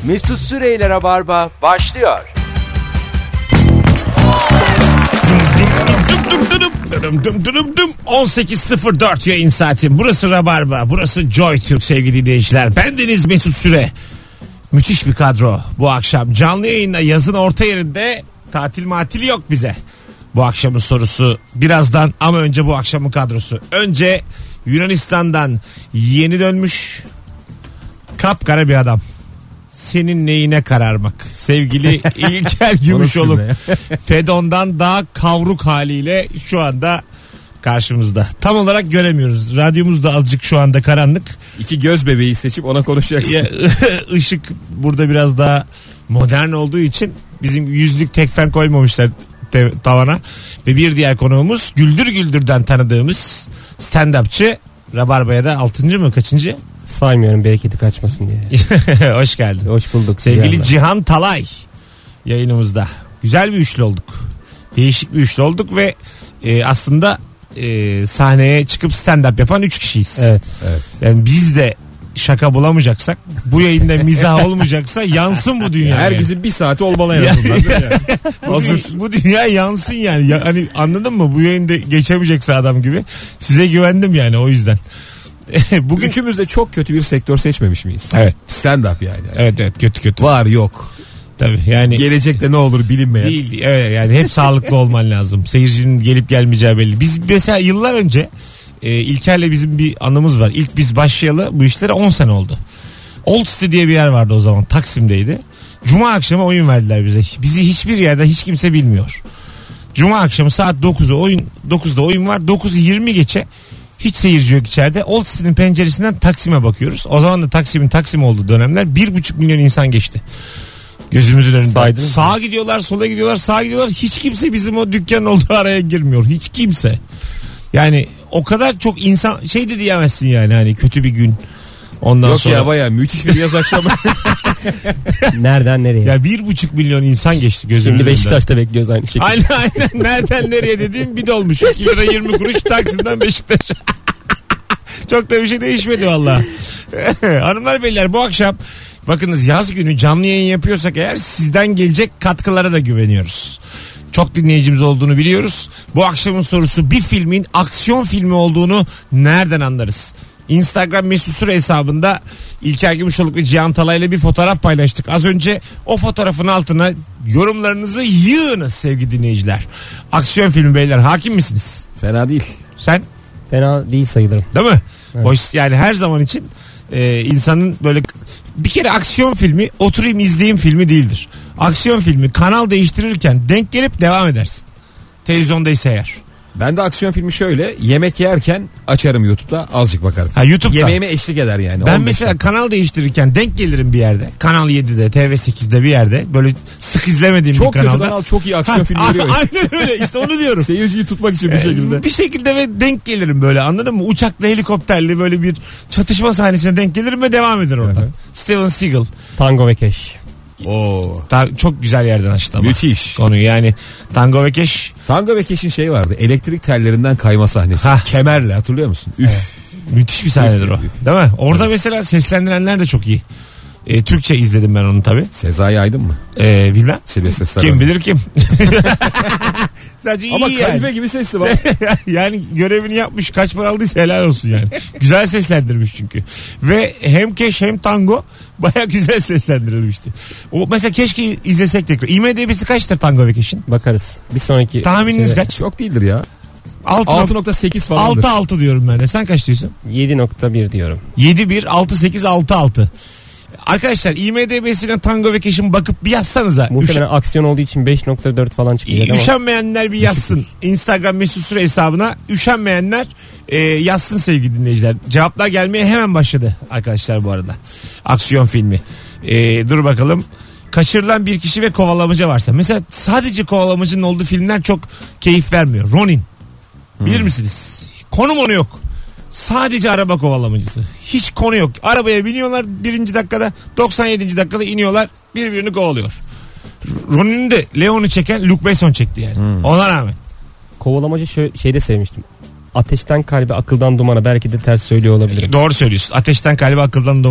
Mesut Süreyler'e barba başlıyor. 18.04 yayın saatim. Burası Rabarba, burası Joy Türk sevgili dinleyiciler. Bendeniz Mesut Süre. Müthiş bir kadro bu akşam. Canlı yayında yazın orta yerinde tatil matili yok bize. Bu akşamın sorusu birazdan ama önce bu akşamın kadrosu. Önce Yunanistan'dan yeni dönmüş kapkara bir adam. Senin neyine kararmak? Sevgili İlker Gümüşoluk. Fedon'dan daha kavruk haliyle şu anda karşımızda. Tam olarak göremiyoruz. Radyomuz da azıcık şu anda karanlık. İki göz bebeği seçip ona konuşacaksın. Işık burada biraz daha modern olduğu için bizim yüzlük tekfen koymamışlar tavana. Ve bir diğer konuğumuz Güldür Güldür'den tanıdığımız stand-upçı. Rabarba'ya da 6. mı kaçıncı? Saymıyorum bereketi kaçmasın diye. Hoş geldin. Hoş bulduk. Sevgili Cihan Talay yayınımızda. Güzel bir üçlü olduk. Değişik bir üçlü olduk ve aslında sahneye çıkıp stand-up yapan 3 kişiyiz. Evet. Yani biz de şaka bulamayacaksak, bu yayında mizah olmayacaksa yansın bu dünya. Herkesin bir saati olmalı en azından. Bu dünya yansın yani. Hani anladın mı? Bu yayında geçemeyecekse adam gibi. Size güvendim yani o yüzden. Bugün üçümüz de çok kötü bir sektör seçmemiş miyiz? Evet. Stand-up yani. Evet kötü. Var yok. Tabii yani. Gelecekte ne olur bilinmeyen. Değil. Evet, yani hep sağlıklı olman lazım. Seyircinin gelip gelmeyeceği belli. Biz mesela yıllar önce İlker'le bizim bir anımız var. İlk biz başlayalı bu işlere 10 sene oldu. Old City diye bir yer vardı o zaman. Taksim'deydi. Cuma akşamı oyun verdiler bize. Bizi hiçbir yerde hiç kimse bilmiyor. Cuma akşamı saat 9'da oyun var. 9:20 geçe hiç seyirci yok içeride. Old City'nin penceresinden Taksim'e bakıyoruz. O zaman da Taksim olduğu dönemler 1,5 milyon insan geçti. Gözümüzün önünde. Sağa gidiyorlar, sola gidiyorlar, sağa gidiyorlar. Hiç kimse bizim o dükkanın olduğu araya girmiyor. Hiç kimse. Yani o kadar çok insan şey de diyemezsin yani hani kötü bir gün. Ondan yok sonra... ya bayağı müthiş bir yaz akşamı. Nereden nereye? Ya 1,5 milyon insan geçti gözümüzün önünde. Şimdi Beşiktaş'ta bekliyoruz aynı şekilde. Aynen. Nereden nereye dediğim bir dolmuş. 2 lira 20 kuruş Taksim'den Beşiktaş'a. Çok da bir şey değişmedi valla. Hanımlar beyler bu akşam bakınız yaz günü canlı yayın yapıyorsak eğer sizden gelecek katkılara da güveniyoruz. Çok dinleyicimiz olduğunu biliyoruz. Bu akşamın sorusu bir filmin aksiyon filmi olduğunu nereden anlarız? Instagram Mesut Süre hesabında İlker Gümüşoluk ve Cihan Talay'la bir fotoğraf paylaştık. Az önce o fotoğrafın altına yorumlarınızı yığınız sevgili dinleyiciler. Aksiyon filmi beyler hakim misiniz? Fena değil. Sen? Fena değil sayılırım. Değil mi? Evet. Hoş, yani her zaman için insanın böyle bir kere aksiyon filmi oturayım izleyeyim filmi değildir. Aksiyon filmi kanal değiştirirken denk gelip devam edersin. Televizyondaysa eğer. Ben de aksiyon filmi şöyle yemek yerken açarım YouTube'da azıcık bakarım. Ha YouTube'da. Yemeğime eşlik eder yani. Ben mesela kanal değiştirirken denk gelirim bir yerde. Kanal 7'de, TV8'de bir yerde. Böyle sık izlemediğim çok bir kanalda. Çok kötü kanal çok iyi aksiyon filmi veriyor. Aynen öyle işte onu diyorum. Seyirciyi tutmak için bir şekilde. Bir şekilde ve denk gelirim böyle anladın mı? Uçakla helikopterli böyle bir çatışma sahnesine denk gelirim ve devam eder orada. Steven Seagal. Tango ve Cash. Oo. Çok güzel yerden açtı ama. Müthiş. Konuyu yani Tango ve Cash. Tango ve Cash'in şey vardı. Elektrik tellerinden kayma sahnesi. Kemerle hatırlıyor musun? Üf. Evet. Müthiş bir sahnedir o. Değil mi? Orada mesela seslendirenler de çok iyi. Türkçe izledim ben onu tabii. Sezai Aydın mı? Bilmem. Sylvester Stallone. Kim bilir kim. Sadece ama iyi kadife yani. gibi sesli var. Yani görevini yapmış, kaç para aldıysa helal olsun yani. Güzel seslendirmiş çünkü. Ve hem Cash hem Tango baya güzel seslendirilmişti. O mesela keşke izlesek tekrar. IMDb'si kaçtır Tango ve Cash'in? Bakarız. Bir sonraki tahmininiz kaç? Çok değildir ya. 6.8 falandır. 6.6 diyorum ben de. Sen kaç diyorsun? 7.1 diyorum. 7.1 6.8 6.6. Arkadaşlar IMDb'sine Tango ve Cash'in bakıp bir yazsanıza. Muhtemelen aksiyon olduğu için 5.4 falan çıkacak ama. Üşenmeyenler bir yazsın. Instagram Mesut Süre hesabına üşenmeyenler yazsın sevgili dinleyiciler. Cevaplar gelmeye hemen başladı arkadaşlar bu arada. Aksiyon filmi. Dur bakalım. Kaçırılan bir kişi ve kovalamaca varsa. Mesela sadece kovalamacının olduğu filmler çok keyif vermiyor. Ronin. Bilir misiniz? Konu yok. Sadece araba kovalamacısı. Hiç konu yok. Arabaya biniyorlar 1. dakikada 97. dakikada iniyorlar birbirini kovalıyor. Ronin'i de Leon'u çeken Luc Besson çekti yani. Ona rağmen. Kovalamacı şeyde sevmiştim. Ateşten kalbe akıldan dumana belki de ters söylüyor olabilirim. Doğru söylüyorsun. Ateşten kalbe akıldan dumana.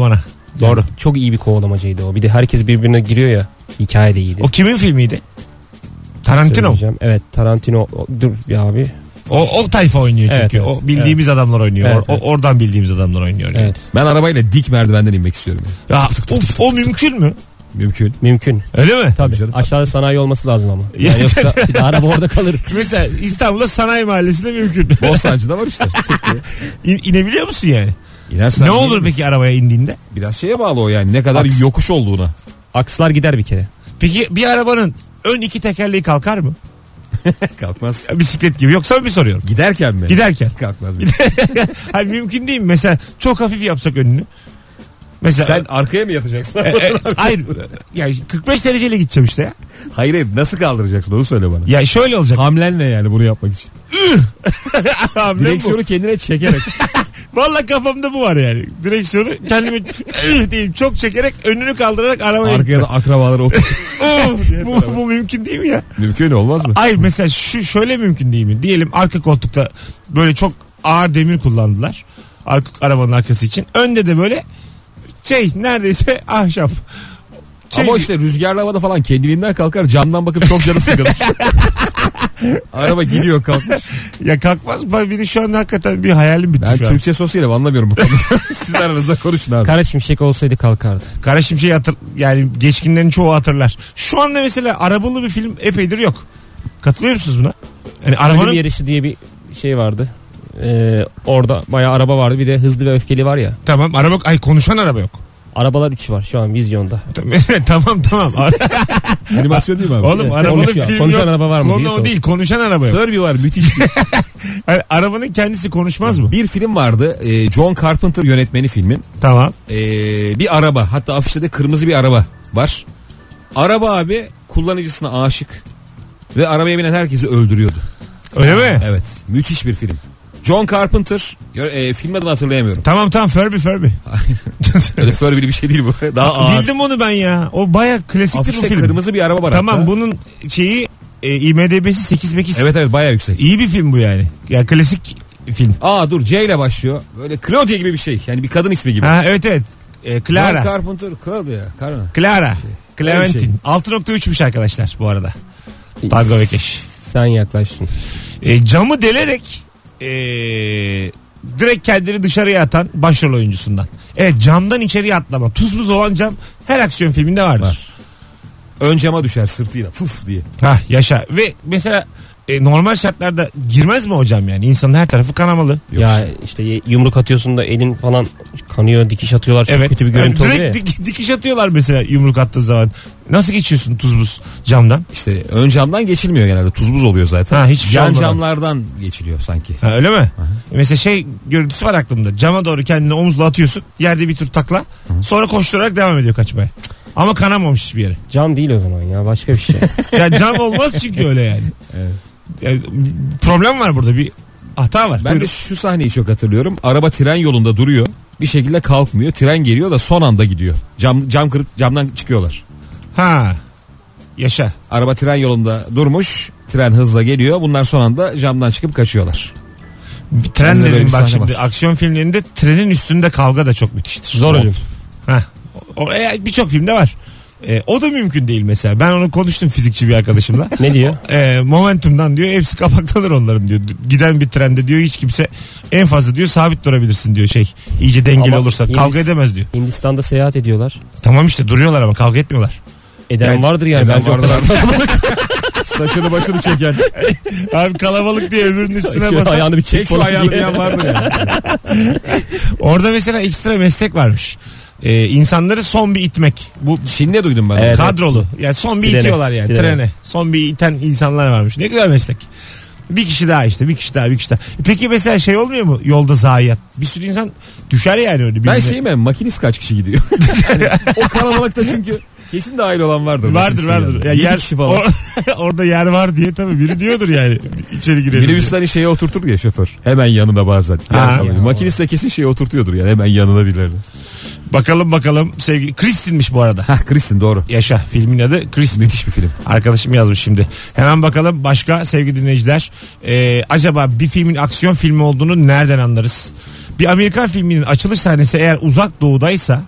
Doğru. Çok iyi bir kovalamacaydı o. Bir de herkes birbirine giriyor ya. Hikaye de iyiydi. O kimin filmiydi? Tarantino. Evet, Tarantino. Dur ya abi. O tayfa oynuyor çünkü. Evet, evet. O bildiğimiz adamlar oynuyor. Evet, evet. Oradan bildiğimiz adamlar oynuyor. Yani. Evet. Ben arabayla dik merdivenden inmek istiyorum. Yani. Ya o mümkün mü? Mümkün. Öyle mi? Tabii. canım. Aşağıda sanayi olması lazım ama. Yani yoksa bir de araba orada kalır. Mesela İstanbul'da Sanayi Mahallesi'nde mümkün. Bostancı'da var işte. İnebiliyor musun yani? İnersen ne olur peki arabaya indiğinde? Biraz şeye bağlı o yani. Ne kadar Aks. yokuş olduğuna. Akslar gider bir kere. Peki bir arabanın ön iki tekerleği kalkar mı? Kalkmaz. Bisiklet gibi. Yoksa bir soruyorum. Giderken mi? Giderken. Kalkmaz. Hayır, mümkün değil mi? Mesela çok hafif yapsak önünü. Mesela Sen arkaya mı yatacaksın? hayır. Yani 45 dereceyle gideceğim işte ya. Hayır, nasıl kaldıracaksın onu söyle bana. Ya şöyle olacak. Hamlen ne yani bunu yapmak için? Hamlem Direksiyonu kendine çekerek. bu. Vallahi kafamda bu var yani. Direksiyonu kendimi diyeyim çok çekerek önünü kaldırarak arabaya Arkaya da akrabaları otur. bu mümkün değil mi ya? Mümkün olmaz mı? Hayır, mesela şöyle mümkün değil mi? Diyelim arka koltukta böyle çok ağır demir kullandılar. Arabanın arkası için. Önde de böyle neredeyse ahşap. Ama işte rüzgarlı havada falan kendiliğinden kalkar, camdan bakıp çok canı sıkılır. Araba gidiyor kalkmış. Ya kalkmaz. Benim şu anda hakikaten bir hayalim bitti Ben şu an. Türkçe sosyalim anlamıyorum bu konuyu. Siz aranızda konuşun abi. Kara şimşek olsaydı kalkardı. Kara Şimşek'i yani geçkinlerin çoğu hatırlar. Şu anda mesela arabalı bir film epeydir yok. Katılıyor musunuz buna? Yani Ölüm Yarışı diye bir şey vardı. Orada bayağı araba vardı. Bir de Hızlı ve Öfkeli var ya. Tamam, konuşan araba yok. Arabalar 3 var şu an vizyonda. tamam. Animasyon değil mi abi? Oğlum arabalı Konuşuyor. film Konuşan yok. araba var mı Konu diye o sor. değil, konuşan araba yok. Furby var müthiş bir. Yani arabanın kendisi konuşmaz mı? Bir film vardı. John Carpenter yönetmeni filmin. Tamam. Bir araba, hatta afişte de kırmızı bir araba var. Araba abi kullanıcısına aşık ve arabaya binen herkesi öldürüyordu. Öyle mi? Evet, müthiş bir film. John Carpenter, film adını hatırlayamıyorum. Tamam Furby. Öyle Furby'li bir şey değil bu. Daha ağır. Bildim onu ben ya. O baya klasiktir bu Afişte film. kırmızı bir araba var Tamam hatta. bunun IMDb'si 8. Evet bayağı yüksek. İyi bir film bu yani. Ya klasik film. Dur C ile başlıyor. Böyle Claudia gibi bir şey. Yani bir kadın ismi gibi. Ha evet. Clara. John Carpenter, Claudia. Clara. Şey. Clementine. 6.3'müş arkadaşlar bu arada. Tango ve Keş. Sen yaklaştın. Camı delerek direkt kendini dışarıya atan başrol oyuncusundan. Evet, camdan içeriye atlama. Tuz buz olan cam her aksiyon filminde vardır. Var. Ön cama düşer sırtıyla fuf diye. Yaşa. Ve mesela normal şartlarda girmez mi hocam yani? İnsanın her tarafı kanamalı. Ya işte yumruk atıyorsun da elin falan kanıyor, dikiş atıyorlar. Çok kötü bir görüntü oluyor ya. Direkt dikiş atıyorlar mesela yumruk attığı zaman. Nasıl geçiyorsun tuz buz camdan? İşte ön camdan geçilmiyor genelde. Tuz buz oluyor zaten. Hiçbir şey yan olmadan. camlardan geçiliyor sanki. Öyle mi? Mesela görüntüsü var aklımda. Cama doğru kendini omuzla atıyorsun. Yerde bir tur takla. Sonra koşturarak devam ediyor kaçmaya. Ama kanamamış hiçbir yere. Cam değil o zaman ya, başka bir şey. Yani cam olmaz çünkü öyle yani. Evet. Yani problem var burada, bir hata var. Ben Buyurun. de şu sahneyi çok hatırlıyorum. Araba tren yolunda duruyor. Bir şekilde kalkmıyor. Tren geliyor da son anda gidiyor. Cam kırıp camdan çıkıyorlar. Yaşa. Araba tren yolunda durmuş. Tren hızla geliyor. Bunlar son anda camdan çıkıp kaçıyorlar. Bir tren Bende böyle dedim bir bak sahne şimdi. var. Aksiyon filmlerinde trenin üstünde kavga da çok müthiştir. Zor ölüm. Birçok filmde var. O da mümkün değil mesela. Ben onu konuştum fizikçi bir arkadaşımla. Ne diyor? Momentumdan diyor hepsi kapaklanır onların diyor. Giden bir trende diyor hiç kimse en fazla diyor sabit durabilirsin diyor iyice dengeli Ama olursa kavga edemez diyor. Hindistan'da seyahat ediyorlar. Tamam işte duruyorlar ama kavga etmiyorlar. Eden Yani- vardır yani. Eden Bence o vardır kadar. Saçını başını çeken. Abi kalabalık diye öbürünün üstüne Şu basar. ayağını bir Çek çek şu falan ayağını diye. diyen vardır ya. Orada mesela ekstra meslek varmış. İnsanları son bir itmek. Bu Çin'de duydum ben. onu. Evet. kadrolu. Yani son bir Trene. itiyorlar yani Trene. trene. Son bir iten insanlar varmış. Ne güzel meslek. Bir kişi daha işte bir kişi daha. Peki mesela olmuyor mu yolda zayiat? Bir sürü insan düşer yani öyle. Ben birbirine. şeyim makinist kaç kişi gidiyor? Yani o kalabalıkta çünkü kesin dahil olan vardır. Vardır. Ya Yedi yer, kişi falan. orada yer var diye tabii biri diyordur yani. İçeri girelim. Minibüsler hani şeye oturtur ya şoför. Hemen yanına bazen. Makinist de kesin şeye oturtuyordur yani hemen yanına birilerini. Bakalım sevgili. Kristin'miş bu arada. Kristin doğru. Yaşa, filmin adı Kristin. Müthiş bir film. Arkadaşım yazmış şimdi. Hemen bakalım başka sevgili dinleyiciler. Acaba bir filmin aksiyon filmi olduğunu nereden anlarız? Bir Amerikan filminin açılış sahnesi eğer uzak doğudaysa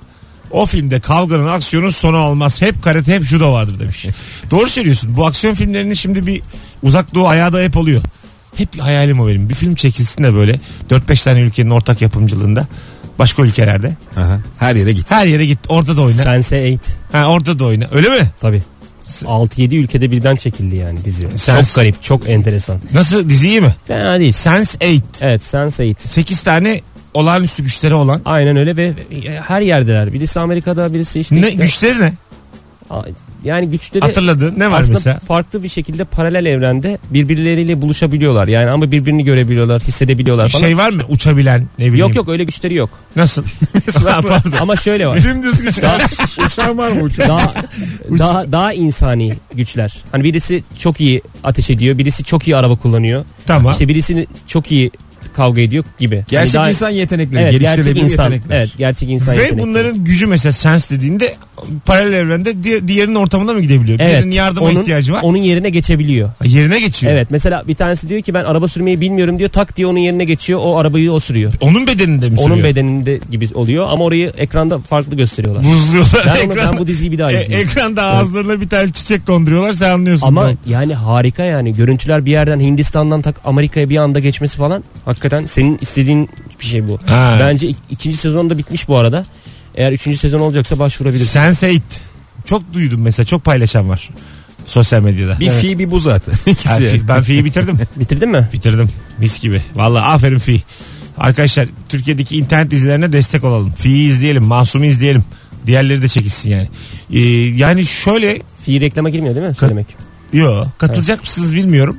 O filmde kavganın, aksiyonun sonu olmaz. Hep karate, hep judo vardır demiş. Doğru söylüyorsun. Bu aksiyon filmlerinin şimdi bir Uzak Doğu ayağı da hep oluyor. Hep hayalim o benim. Bir film çekilsin de böyle 4-5 tane ülkenin ortak yapımcılığında. Başka ülkelerde. Aha. Her yere git. Her yere git. Orada da oyna. Sense8. Ha, orada da oyna. Öyle mi? Tabii. 6-7 ülkede birden çekildi yani dizi. Sense- Çok garip, çok enteresan. Nasıl, dizi iyi mi? Fena değil. Sense8. Evet, Sense8. 8 tane olağanüstü güçleri olan. Aynen öyle ve her yerdeler. Birisi Amerika'da, birisi işte. Ne güçleri ne? Yani güçleri Hatırladın. Ne var aslında mesela? farklı bir şekilde paralel evrende birbirleriyle buluşabiliyorlar. Yani ama birbirini görebiliyorlar, hissedebiliyorlar Bir falan. şey var mı? Uçabilen, ne bileyim. Yok öyle güçleri yok. Nasıl? Pardon. Ama şöyle var. Dümdüz güç. Uçağın var mı uçağın? Daha insani güçler. Hani birisi çok iyi ateş ediyor, birisi çok iyi araba kullanıyor. Tamam. İşte birisi çok iyi kavga ediyor gibi. Gerçek Hani daha- insan yetenekleri. Evet, gerçek Geliştirilebilir insan. yetenekler. Evet, gerçek insan Ve yetenekleri. bunların gücü mesela sens dediğinde paralel evrende diğerinin ortamına mı gidebiliyor? Evet, Birinin yardıma ihtiyacı var. Onun yerine geçebiliyor. Yerine geçiyor. Evet, mesela bir tanesi diyor ki ben araba sürmeyi bilmiyorum diyor. Tak diye onun yerine geçiyor. O arabayı o sürüyor. Onun bedeninde mi sürüyor? Onun bedeninde gibi oluyor ama orayı ekranda farklı gösteriyorlar. Buzluyorlar. Ben bu diziyi bir daha izleyeyim. Ekranda ağızlarına bir tane çiçek konduruyorlar, sen anlıyorsun. Ama Tamam. yani harika yani. Görüntüler bir yerden Hindistan'dan Amerika'ya bir anda geçmesi falan. Hakikaten senin istediğin bir şey bu. Ha. Bence ikinci sezon da bitmiş bu arada. Eğer üçüncü sezon olacaksa başvurabilirsin. Sense8. Çok duydum mesela, çok paylaşan var sosyal medyada. Bir Evet. fi bir bu zaten. İkisi yani. Ben Fi'yi bitirdim. Bitirdin mi? Bitirdim. Mis gibi. Vallahi aferin Fi. Arkadaşlar Türkiye'deki internet dizilerine destek olalım. Fi'yi izleyelim. Masum'u izleyelim. Diğerleri de çekilsin yani. Yani şöyle. Fi reklama girmiyor değil mi? Söylemek. Yok. Katılacak mısınız bilmiyorum.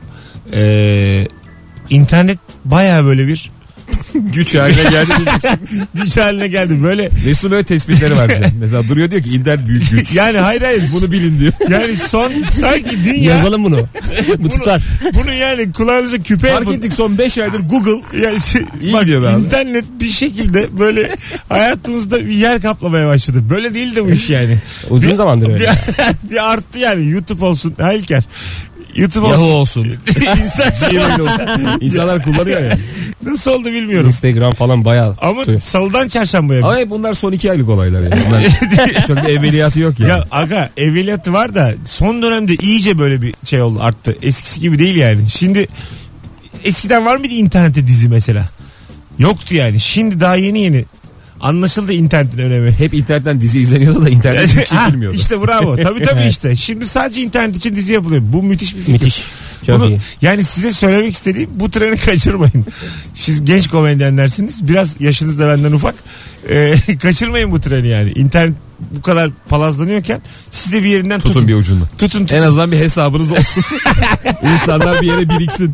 İnternet baya böyle bir Güç haline geldi. güç haline geldi. Böyle Mesut böyle tespitleri var bize. Mesela duruyor diyor ki internet büyük güç. yani hayır. Bunu bilin diyor. Yani sanki dünya Yazalım bunu. Bu tutar. bunu yani kulağınıza küpe Fark yapın. ettik son 5 aydır Google Yani İyi bak, gidiyor be abi. internet bir şekilde böyle hayatımızda bir yer kaplamaya başladı. Böyle değil de bu iş yani. Uzun zamandır öyle. Bir arttı yani. YouTube olsun. İlker. YouTube Yahoo olsun. olsun. İnsan- Gmail olsun. İnsanlar kullanıyor ya. Nasıl oldu bilmiyorum. Instagram falan bayağı Ama tuttu. salıdan çarşambaya. Ama hep bunlar son 2 aylık olaylar yani. Bunlar çok bir evveliyatı yok yani. Ya aga, evveliyatı var da son dönemde iyice böyle bir şey oldu, arttı. Eskisi gibi değil yani. Şimdi eskiden var mıydı internette dizi mesela? Yoktu yani. Şimdi daha yeni anlaşıldı internetin önemi. Hep internetten dizi izleniyordu da internet çekilmiyordu. İşte bravo. Tabii Evet. işte. Şimdi sadece internet için dizi yapılıyor. Bu müthiş bir fikir. Müthiş. Çok Bunu, iyi. yani size söylemek istediğim, bu treni kaçırmayın. Siz genç komedyenlersiniz. Biraz yaşınız da benden ufak. Kaçırmayın bu treni yani. İnternet bu kadar palazlanıyorken siz de bir yerinden Tutun bir ucunu. Tutun. En azından bir hesabınız olsun. İnsanlar bir yere biriksin.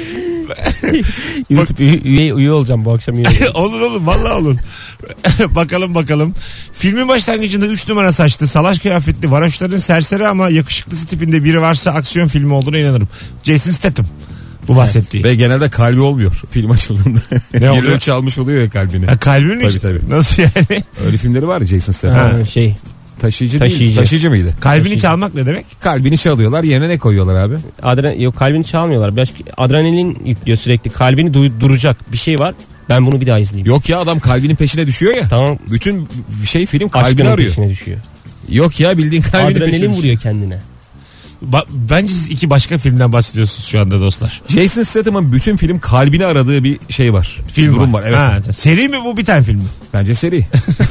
YouTube üye olacağım bu akşam üye olacağım. olur vallahi olur. bakalım. Filmin başlangıcında 3 numara saçlı, salaş kıyafetli, varoşların serseri ama yakışıklısı tipinde biri varsa aksiyon filmi olduğuna inanırım. Jason Statham. Bu bahsettiği. Ve genelde kalbi olmuyor film açıldığında. Ne oluyor? Geliyor çalmış oluyor ya kalbini. Ha, kalbin mi? Tabii. Nasıl yani? Öyle filmleri var ya Jason Statham. Ha. Taşıyıcı Taşıyıcı. değil. Taşıyıcı mıydı? Kalbini Taşıyıcı. çalmak ne demek? Kalbini çalıyorlar, yerine ne koyuyorlar abi? Yok, kalbini çalmıyorlar. Biraz adrenalin yüklüyor sürekli. Kalbini duracak bir şey var. Ben bunu bir daha izleyeyim. Yok ya, adam kalbinin peşine düşüyor ya. Tamam. Bütün film kalbini Aşkının arıyor. peşine düşüyor. Yok ya, bildiğin kalbinin peşine Adrenalin düşüyor. vuruyor kendine. Bence siz iki başka filmden bahsediyorsunuz şu anda dostlar. Jason Statham'ın bütün film kalbini aradığı bir şey var. Film Durum var. Evet. Ha, seri mi bu, bir tane film mi? Bence seri.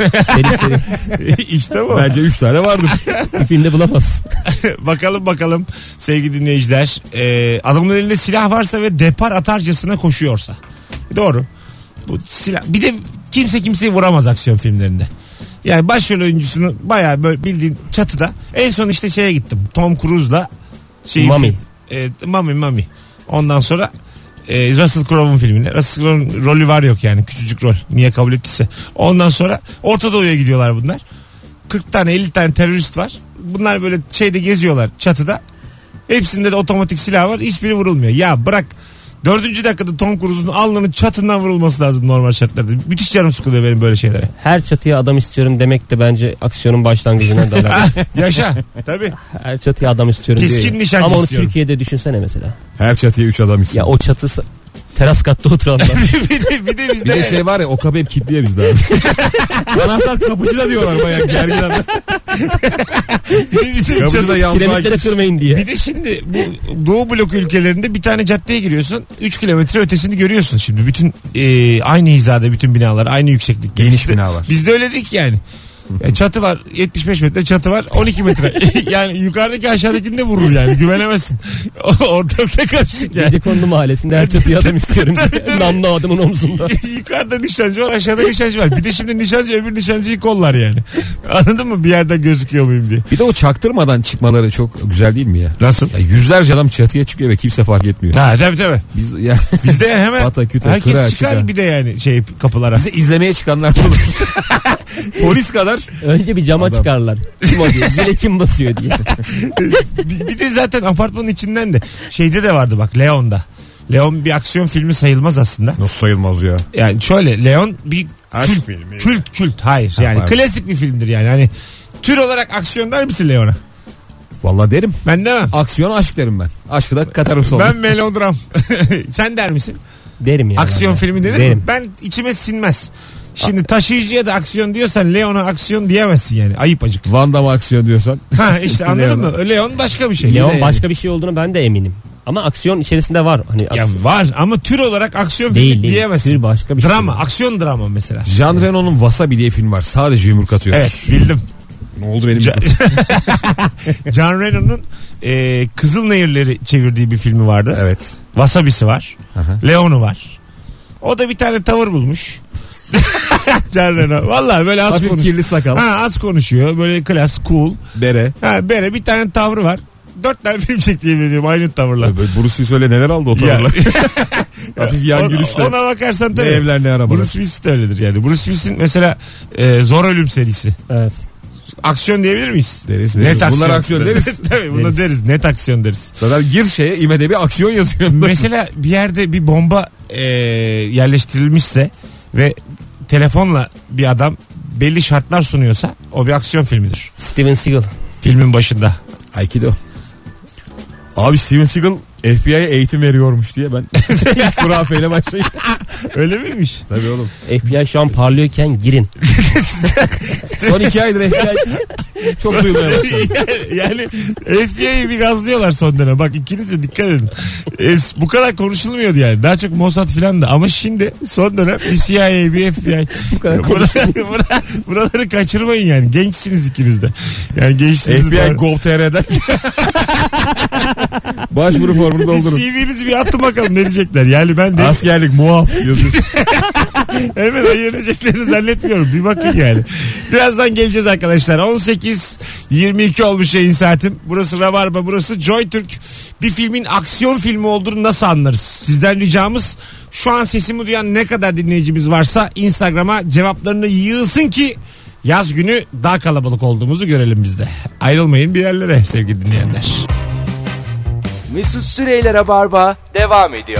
Seri. İşte bu. Bence 3 tane vardır. Bir filmde bulamazsın. bakalım sevgili dinleyiciler. Adamın elinde silah varsa ve depar atarcasına koşuyorsa. Doğru. Bu silah. Bir de kimse kimseyi vuramaz aksiyon filmlerinde. Yani başrol oyuncusunu bayağı böyle bildiğin çatıda. En son işte şeye gittim. Tom Cruise'la Mami. Mami. Ondan sonra Russell Crowe'un filmine. Russell Crowe'un rolü var yok yani. Küçücük rol. Niye kabul ettiyse. Ondan sonra Orta Doğu'ya gidiyorlar bunlar. 40 tane 50 tane terörist var. Bunlar böyle şeyde geziyorlar çatıda. Hepsinde de otomatik silah var. Hiçbiri vurulmuyor. Ya bırak. 4. dakikada Tom Cruise'un alnının çatından vurulması lazım normal şartlarda. Müthiş canım sıkılıyor benim böyle şeylere. Her çatıya adam istiyorum demek de bence aksiyonun başlangıcına da alakalı. Yaşa. Tabii. Her çatıya adam istiyorum Keskin diyor ya. nişancı Ama onu istiyorum. Türkiye'de düşünsene mesela. Her çatıya 3 adam istiyor. Ya o çatısı Teras katta oturanlar. bir de bizde Bir de şey var ya, o kapı hep kilitli ya bizde abi. Anahtar kapıcıda diyorlar bayağı gergin adam. bir de bizim Kapıcıda yansıma Kiremitlere gitmiş. kırmayın diye. Bir de şimdi bu Doğu blok ülkelerinde bir tane caddeye giriyorsun. 3 kilometre ötesini görüyorsun şimdi. Bütün aynı hizada bütün binalar, aynı yükseklik. Geniş binalar. Bizde öyle değil ki yani. Çatı var 75 metre, çatı var 12 metre. Yani yukarıdaki aşağıdakini de vurur yani, güvenemezsin. Ortalıkta karışık yani. Gecekondu mahallesinde her çatıya adam istiyorum diye. Namlu adamın omzunda. Yukarıda nişancı var, aşağıda nişancı var. Bir de şimdi nişancı öbür nişancıyı kollar yani. Anladın mı, bir yerden gözüküyor muyum diye. Bir de o çaktırmadan çıkmaları çok güzel değil mi ya? Nasıl? Ya yüzlerce adam çatıya çıkıyor ve kimse fark etmiyor. Ha tabii. Biz ya Bizde hemen Pata küte, herkes kıra, çıkar çıka. bir de yani kapılara. bize izlemeye çıkanlar da olur. Polis kadar. Önce bir cama Adam. çıkarlar. Kim o diye. Zile kim basıyor diye. Bir de zaten apartmanın içinden de şeyde de vardı bak, Leon'da. Leon bir aksiyon filmi sayılmaz aslında. Nasıl sayılmaz ya? Yani şöyle, Leon bir Aşk filmi. kült hayır yani pardon. klasik bir filmdir yani. Hani tür olarak aksiyon der misin Leon'a? Vallahi derim. Ben demem. Aksiyon aşk derim ben. Aşkı da katarım sonra. Ben melodram. Sen der misin? Derim ya. Aksiyon filmi denir mi? Derim. Ben içime sinmez. Şimdi taşıyıcıya da aksiyon diyorsan Leon'a aksiyon diyemezsin yani. Ayıp acık. Van Damme aksiyon diyorsan. Ha işte anladın Leon'a. mı? Leon başka bir şey. Leon yani. başka bir şey olduğunu ben de eminim. Ama aksiyon içerisinde var. Hani Ya var ama tür olarak aksiyon değil filmi değil. diyemezsin. Tür başka bir şey. Drama, aksiyon drama mesela. Jean Reno'nun Wasabi diye film var. Sadece yumruk atıyor. Evet bildim. Ne oldu benim? John Reno'nun Kızılnehirleri çevirdiği bir filmi vardı. Evet. Wasabi'si var. Aha. Leon'u var. O da bir tane tavır bulmuş. John Reno. Vallahi böyle az Hafif konuşuyor. kirli sakal. Ha, az konuşuyor. Böyle klas, cool. Bere. Ha, böyle bir tane tavrı var. 4 tane film çekti yemin ediyorum aynı tavırla. Böyle Bruce Willis öyle neler aldı o tavırla. Hafif yan gülüşle. Ona bakarsan Ne tabii. evler ne arabalar. Bruce Willis de öyledir yani. Bruce Willis'in mesela Zor Ölüm serisi. Evet. Aksiyon diyebilir miyiz? Deriz. Net aksiyon. Bunlar aksiyon deriz. Tabii bunu Deriz. deriz. Net aksiyon deriz. Zaten gir şeye IMDb'ye aksiyon yazıyor. Mesela bir yerde bir bomba yerleştirilmişse ve telefonla bir adam belli şartlar sunuyorsa o bir aksiyon filmidir. Steven Seagal. Filmin başında. Aikido. Abi Steven Seagal FBI'ye eğitim veriyormuş diye ben ilk kurafeyle başlayayım. Öyle miymiş? Tabii oğlum. FBI şu an parlıyorken girin. Son 2 aydır FBI çok duymaya başladım. Yani FBI'yi bir gazlıyorlar son dönem. Bak ikiniz de dikkat edin. Bu kadar konuşulmuyordu yani. Daha çok Mossad filan da. Ama şimdi son dönem bir CIA, bir FBI. Bu kadar Buraları kaçırmayın yani. Gençsiniz ikiniz de. Yani gençsiniz. FBI Gov.tr'den başvuru formunu doldurun. CV'nizi bir atın bakalım ne diyecekler. Yani ben de Askerlik muaf yazıyor. hemen ayıracaklarını zannetmiyorum. Bir bakın yani. Birazdan geleceğiz arkadaşlar. 18.22 olmuş yayın saatim. Burası Rabarba, burası Joy Türk. Bir filmin aksiyon filmi olduğunu nasıl anlarız? Sizden ricamız, şu an sesimi duyan ne kadar dinleyicimiz varsa Instagram'a cevaplarını yığsın ki yaz günü daha kalabalık olduğumuzu görelim biz de. Ayrılmayın bir yerlere sevgili dinleyenler. Mesut Süreyler'e barba devam ediyor.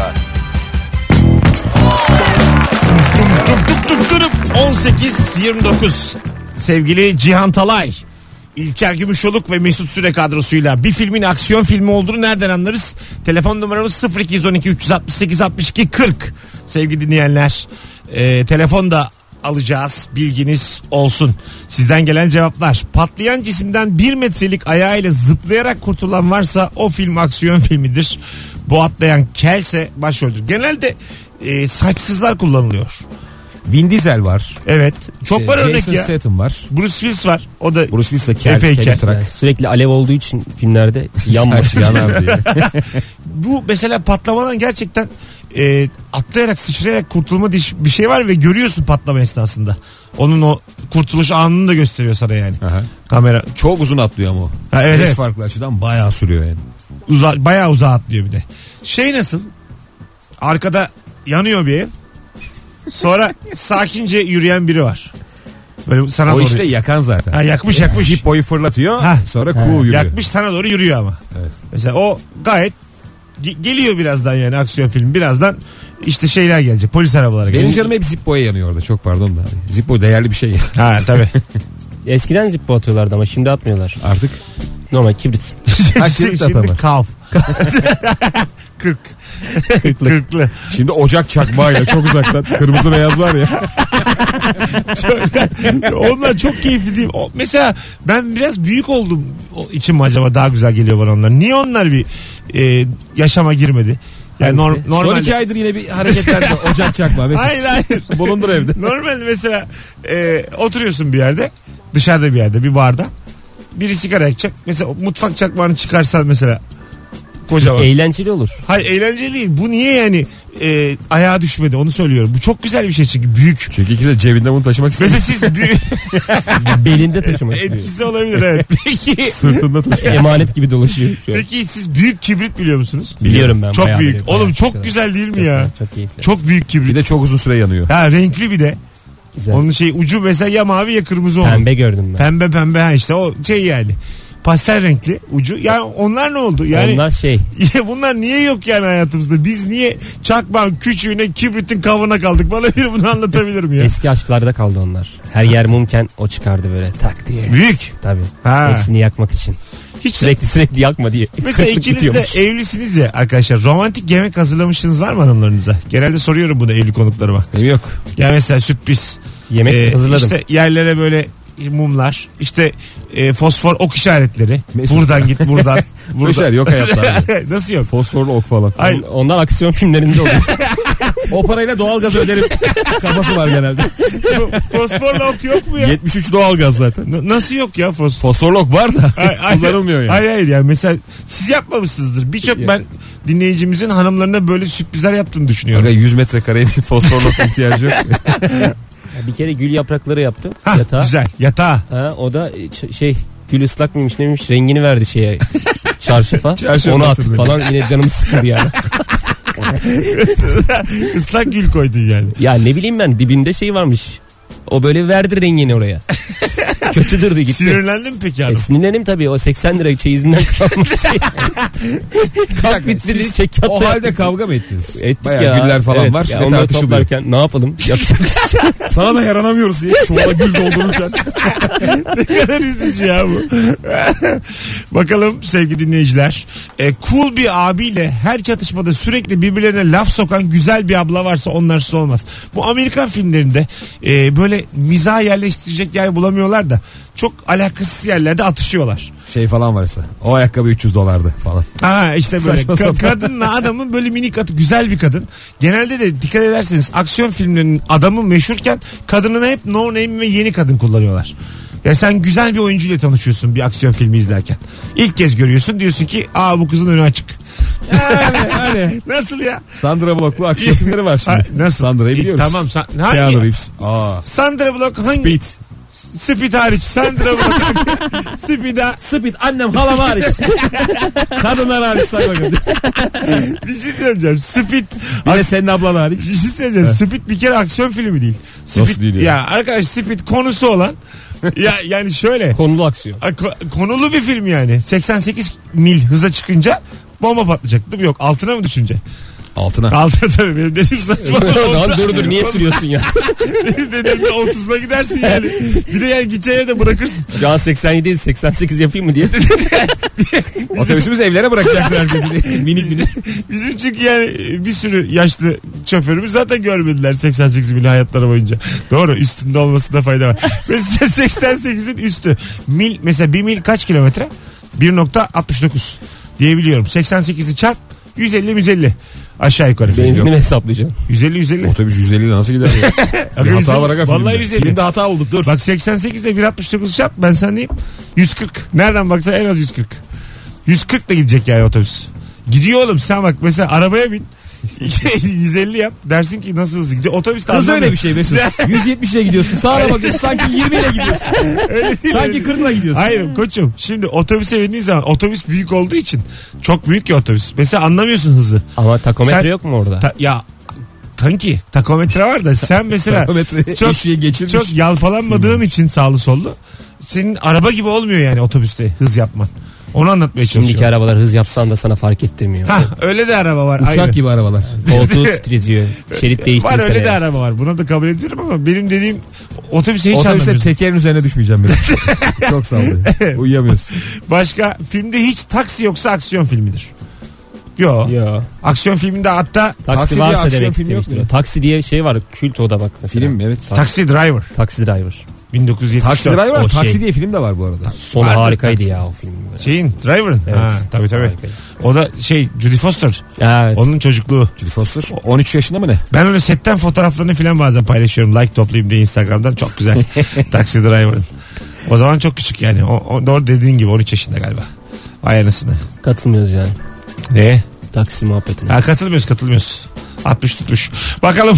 18.29 sevgili Cihan Talay, İlker Gümüşoluk ve Mesut Süre kadrosuyla bir filmin aksiyon filmi olduğunu nereden anlarız? Telefon numaramız 0212 368 62 40 sevgili dinleyenler. Telefon da alacağız, bilginiz olsun. Sizden gelen cevaplar: patlayan cisimden 1 metrelik ayağıyla zıplayarak kurtulan varsa o film aksiyon filmidir. Bu atlayan kelse başroldür. Genelde saçsızlar kullanılıyor. Vin Diesel var. Evet. Çok var örnek Jason ya. Statham var. Bruce Willis var. O da Bruce Willis de kel, Epey kel. kelitrak. Yani sürekli alev olduğu için filmlerde yanmış. Saç yanar diye. bu mesela patlamadan gerçekten atlayarak sıçrayarak kurtulma bir şey var ve görüyorsun patlama esnasında. Onun o kurtuluş anını da gösteriyor sana yani. Aha. Kamera. Çok uzun atlıyor ama o. Ha, evet, 5 evet. farklı açıdan bayağı sürüyor yani. Bayağı uzağa atlıyor bir de. Şey nasıl? Arkada yanıyor bir ev. Sonra sakince yürüyen biri var. Böyle sana O doğru. işte yakan zaten. Ha, yakmış. Zippo'yu fırlatıyor. Ha. Sonra kuğu yürüyor. Yakmış sana doğru yürüyor ama. Evet. Mesela o gayet geliyor birazdan yani aksiyon film. Birazdan işte şeyler gelecek. Polis arabaları Benim gelecek. canım hep Zippo'ya yanıyor orada. Çok pardon da. Zippo değerli bir şey. Ha tabii. Eskiden Zippo atıyorlardı ama şimdi atmıyorlar. Artık Normal kibrit. Ha, kibrit Şimdi atamı. kav. 40. 40'lı. Şimdi ocak çakmağıyla çok uzaktan kırmızı beyaz var ya. Onlar çok keyifli değil. Mesela ben biraz büyük oldum. O için mi acaba daha güzel geliyor bana onlar? Niye onlar bir yaşama girmedi? Yani Son normalde... 2 aydır yine bir hareketlerde ocak çakmağı. Hayır. Bulundur evde. Normalde mesela oturuyorsun bir yerde, dışarıda bir yerde, bir barda. Biri sigara yakacak. Mesela mutfak çakmağını çıkarsan mesela kocaman. Eğlenceli olur. Hayır, eğlenceli değil. Bu niye yani ayağa düşmedi, onu söylüyorum. Bu çok güzel bir şey çünkü büyük. Çünkü ikisi de cebinde bunu taşımak istemiyor. Mesela siz büyük... Belinde taşımak istiyor. Etkisi olabilir, evet. Peki, Sırtında taşıyor. Emanet gibi dolaşıyor şu an. peki siz büyük kibrit biliyor musunuz? Biliyorum ben. Çok bayağı büyük. biliyorum, Oğlum bayağı çok kadar. güzel değil mi Çok, ya? Çok keyifli. Çok büyük kibrit. Bir de çok uzun süre yanıyor. Ha, renkli bir de. Güzel. Onun ucu mesela ya mavi ya kırmızı olur. Pembe gördüm ben. Pembe ha işte o yani. Pastel renkli ucu. Yani onlar ne oldu? Yani Onlar şey. bunlar niye yok yani hayatımızda? Biz niye çakmağın küçüğüne kibritin kavuna kaldık? Bana biri bunu anlatabilir mi ya? Eski aşklarda kaldı onlar. Her yer mumken o çıkardı böyle tak diye. Büyük. Tabii. Ha. Hepsini yakmak için. Hiç Sürekli yakma diye. Mesela Kıtlık ikiniz bitiyormuş. de evlisiniz ya arkadaşlar. Romantik yemek hazırlamışsınız var mı hanımlarınıza? Genelde soruyorum bunu evli konuklarıma. Benim yok. Yani mesela sürpriz. Yemek hazırladım. İşte yerlere böyle mumlar, işte fosfor ok işaretleri. Mesut. Buradan git, buradan. Bu işler yok hayatta. Nasıl yok? Fosforlu ok falan. Ay, Onlar aksiyon filmlerinde oluyor. O parayla doğalgaz öderim kafası var genelde. fosforlu ok yok mu ya? 73 doğalgaz zaten. Nasıl yok ya fosfor? Fosforlu ok var da kullanılmıyor yani. Hayır yani mesela siz yapmamışsınızdır. Birçok ben dinleyicimizin hanımlarına böyle sürprizler yaptığını düşünüyorum. Aga 100 metrekareye fosforlu ok ihtiyacı yok. Bir kere gül yaprakları yaptım. Hah, Yatağa. güzel. Yatağa. Ha, o da gül ıslak mıymış neymiş rengini verdi şeye çarşafa. Çarşafa Onu attık hatırlıyorum. falan yine canımı sıkıldı yani. Islak gül koydun yani. Ya ne bileyim ben dibinde şey varmış. O böyle verdi rengini oraya. Kötü durdu gitti. Sinirlendin mi peki hanım? Sinirlenim tabii o 80 lira çeyizinden kalmış şey. Kalk bitti dedi Siz çek yaptı. o halde kavga mı ettiniz? Ettik Bayağı ya. güller falan Evet, var ya ve onları tartışılıyor. toplarken ne yapalım? Yapacak bir şey yok. Sana da yaranamıyoruz diye çuvala gül doldururken. Ne kadar üzücü ya bu. Bakalım sevgili dinleyiciler. Cool bir abiyle her çatışmada sürekli birbirlerine laf sokan güzel bir abla varsa onlarsız olmaz. Bu Amerikan filmlerinde böyle mizah yerleştirecek yer bulamıyorlar da çok alakasız yerlerde atışıyorlar. Şey falan varsa. O ayakkabı $300 falan. Ha işte böyle Saçma sapan. kadınla adamın böyle minik atı güzel bir kadın. Genelde de dikkat ederseniz aksiyon filmlerinin adamı meşhurken kadınını hep no name ve yeni kadın kullanıyorlar. Ya sen güzel bir oyuncuyla tanışıyorsun bir aksiyon filmi izlerken. İlk kez görüyorsun diyorsun ki bu kızın önü açık. Yani. Nasıl ya? Sandra Bullock'lu aksiyon filmleri var şimdi. Ha, nasıl? Sandra'yı biliyoruz. Tamam. Keanu Hangi? Reeves. Sandra Bullock hangi? Speed. Speed hariç. Sandra Bullock. Speed'a. Speed annem halam hariç. Kadınlar hariç say bakalım. Bir şey söyleyeceğim. Speed. Bir de senin ablan hariç. Bir şey söyleyeceğim. Speed bir kere aksiyon filmi değil. Nasıl değil ya? Ya arkadaş Speed konusu olan yani şöyle Konulu aksiyon. konulu bir film yani. 88 mil hıza çıkınca bomba patlayacak değil mi? Yok altına mı düşünce? Altına. Altına tabii benim dediğim saçma. O zaman dur niye sürüyorsun ya? Benim dediğimde 30'la gidersin yani. Bir de yani gideceğin yerde bırakırsın. Şu an 87 değil 88 yapayım mı diye. Otobüsümüz evlere bırakacaktır herkesi. Minik. Bizim çünkü yani bir sürü yaşlı şoförümüz zaten görmediler 88 mil hayatları boyunca. Doğru, üstünde olmasında fayda var. Mesela 88'in üstü. Mil mesela 1 mil kaç kilometre? 1.69 diyebiliyorum. 88'i çarp 150 aşağı yukarı. Benzini mi hesaplayacağım? 150. Otobüs 150 ile nasıl gider ya? Bir hata var aga Vallahi filmde. 150. Filmde hata oldu dur. Bak 88'de 1.69 çarp ben sana diyeyim 140. Nereden baksan en az 140. 140 da gidecek yani otobüs. Gidiyor oğlum sen bak mesela arabaya bin. 150 yap dersin ki nasıl hızlı gidiyor. Otobüs de Kız anlamıyor. öyle bir şey Mesut. 170 ile gidiyorsun. Sağa bakıyorsun sanki 20 ile gidiyorsun. Öyle değil, Sanki öyle 40 ile gidiyorsun. Hayır koçum şimdi otobüse bindiğin zaman otobüs büyük olduğu için çok büyük ya otobüs. Mesela anlamıyorsun hızı. Ama takometre Sen- yok mu orada? Ya kanki takometre var da sen mesela Takometre çok- eşiği geçirmiş. çok yalpalanmadığın için sağlı sollu senin araba gibi olmuyor yani otobüste hız yapman. Onu anlatmaya Şimdiki çalışıyorum. arabalar hız yapsan da sana fark ettirmiyor. Ha öyle de araba var. Uçak ayrı. gibi arabalar. Koltuğu titretiyor. Şerit değiştirsene. Var öyle de araba var. Buna da kabul ediyorum ama benim dediğim otobüse hiç Otobüste anlamıyorsun. tekerin üzerine düşmeyeceğim ben. Çok sallıyor. Uyuyamıyorsun. Başka filmde hiç taksi yoksa aksiyon filmidir. Yok. Ya. Aksiyon filminde hatta Taksi diye varsa aksiyon demek filmi yok istemiştir. mu? Taksi diye şey var. Kült o da bak mesela. Film evet. Taxi Driver. Taksi Driver. 1974. Taksi Driver var. O Taksi şey. diye film de var bu arada. Sonu Vardır harikaydı Taksi. ya o film. Şeyin Driver'ın. Evet. Ha, tabii. Harikaydı. O da Judy Foster. Evet. Onun çocukluğu. Judy Foster 13 yaşında mı ne? Ben öyle setten fotoğraflarını falan bazen paylaşıyorum. Like toplayayım diye Instagram'dan. Çok güzel. Taxi Driver'ın. O zaman çok küçük yani. O doğru dediğin gibi 13 yaşında galiba. Ay anasını. Katılmıyoruz yani. Ne? Taksi muhabbetine. Ha, katılmıyoruz. 60 tutmuş. Bakalım.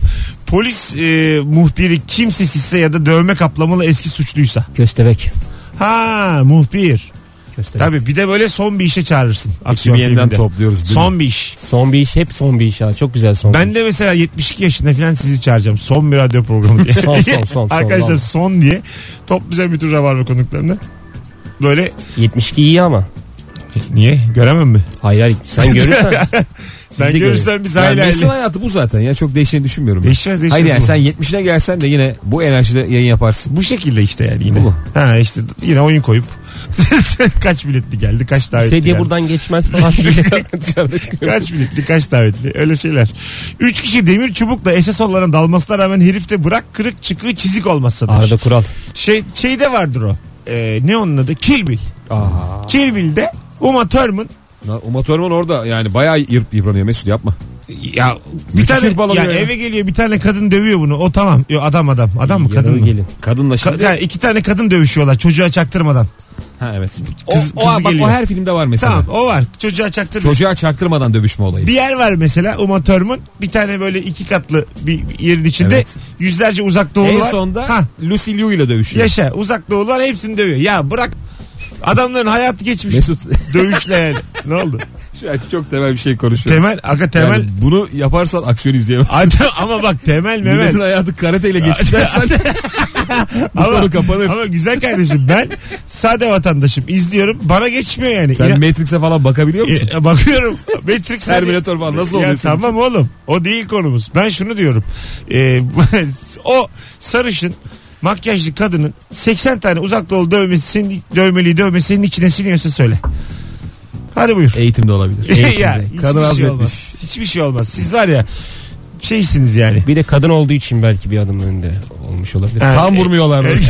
Polis muhbiri kimsesizse ya da dövme kaplamalı eski suçluysa. Köstebek. Ha, muhbir. Köstebek. Tabii bir de böyle son bir işe çağırırsın. Aksiyon Ekibi yeniden filminde. topluyoruz değil mi? Son bir iş. Son bir iş, hep son bir iş ha. Çok güzel son bir Ben iş. de mesela 72 yaşında falan sizi çağıracağım. Son bir radyo programı diye. Son. Arkadaşlar vallahi. son diye toplayacağım bütün rabarba konuklarını. Böyle 72 iyi ama. niye? Göremem mi? Hayır sen görürsen. Sen de görürsen biz Yani hala Mesut'un hayatı bu zaten ya, çok değişeceğini düşünmüyorum. Değişmez. Hayır yani bu. sen 70'ine gelsen de yine bu enerjide yayın yaparsın. Bu şekilde işte yani yine. Bu mu? Ha işte yine oyun koyup kaç biletli geldi, kaç davetli Sedye geldi. buradan geçmez falan diye dışarıda çıkıyor. Kaç biletli, kaç davetli, öyle şeyler. 3 kişi demir çubukla esas onların dalmasına rağmen herifte bırak kırık çıkığı çizik olmazsa demiş. Arada kural. Şeyde vardır o. Ne onun adı? Kill Bill. Aa. Kill Bill'de Uma Thurman Uma Thurman orada yani bayağı yıpranıyor Mesut, yapma. ya bir Müthiş tane hırpalanıyor ya. eve geliyor, bir tane kadın dövüyor bunu. O tamam. Yo, adam mı kadın Yanılı mı? gelin. Kadınla şimdi. Yani 2 tane kadın dövüşüyorlar çocuğa çaktırmadan. Ha evet. Kız Bak geliyor. o her filmde var mesela. Tamam, o var. Çocuğa çaktırmıyor. Çocuğa çaktırmadan dövüşme olayı. Bir yer var mesela Uma Thurman, bir tane böyle 2 katlı bir yerin içinde Evet. yüzlerce uzak doğulu En var. sonda Ha, Lucy Liu ile dövüşüyor. yaşa, uzak doğulular hepsini dövüyor. Ya bırak, adamların hayatı geçmiş Mesut dövüşle yani. Ne oldu? şu an çok temel bir şey konuşuyoruz. Temel. Yani bunu yaparsan aksiyon izleyemez. Ama bak temel Milletin Mehmet. hayatı karate ile geçti dersen bu konu kapanır. Ama güzel kardeşim, ben sade vatandaşım, izliyorum, bana geçmiyor yani. Sen Matrix'e falan bakabiliyor musun? Bakıyorum. Matrix Terminator falan nasıl oluyor Ya senin tamam oğlum, o değil konumuz. Ben şunu diyorum. O sarışın makyajlı kadının 80 tane uzak doğulu dövmeliği senin içine siniyorsa söyle. Hadi buyur. Eğitimde olabilir. Ya, Kadın hiçbir şey azmetmiş. olmaz. Hiçbir şey olmaz. Siz var ya şeysiniz yani. Bir de kadın olduğu için belki bir adım önde olmuş olabilir. Ha, Tam vurmuyorlar böyle.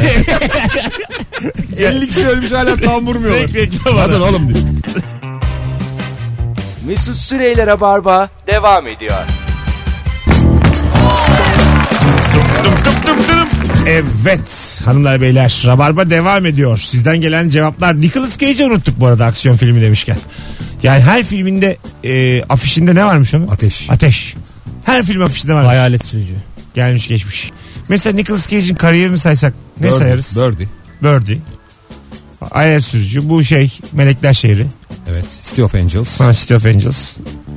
50 kişi ölmüş hala tam vurmuyorlar. Reklam Kadın oğlum diyor. Mesut Süreyler'e barba devam ediyor. Evet hanımlar beyler, Rabarba devam ediyor. Sizden gelen cevaplar. Nicolas Cage'i unuttuk bu arada aksiyon filmi demişken. Yani her filminde afişinde ne varmış onun? Ateş. Her film afişinde varmış. Hayalet sürücü. Gelmiş geçmiş. Mesela Nicolas Cage'in kariyerini saysak ne sayarız? Birdie. Hayalet sürücü. Bu Melekler Şehri. Evet. City of Angels. City of Angels.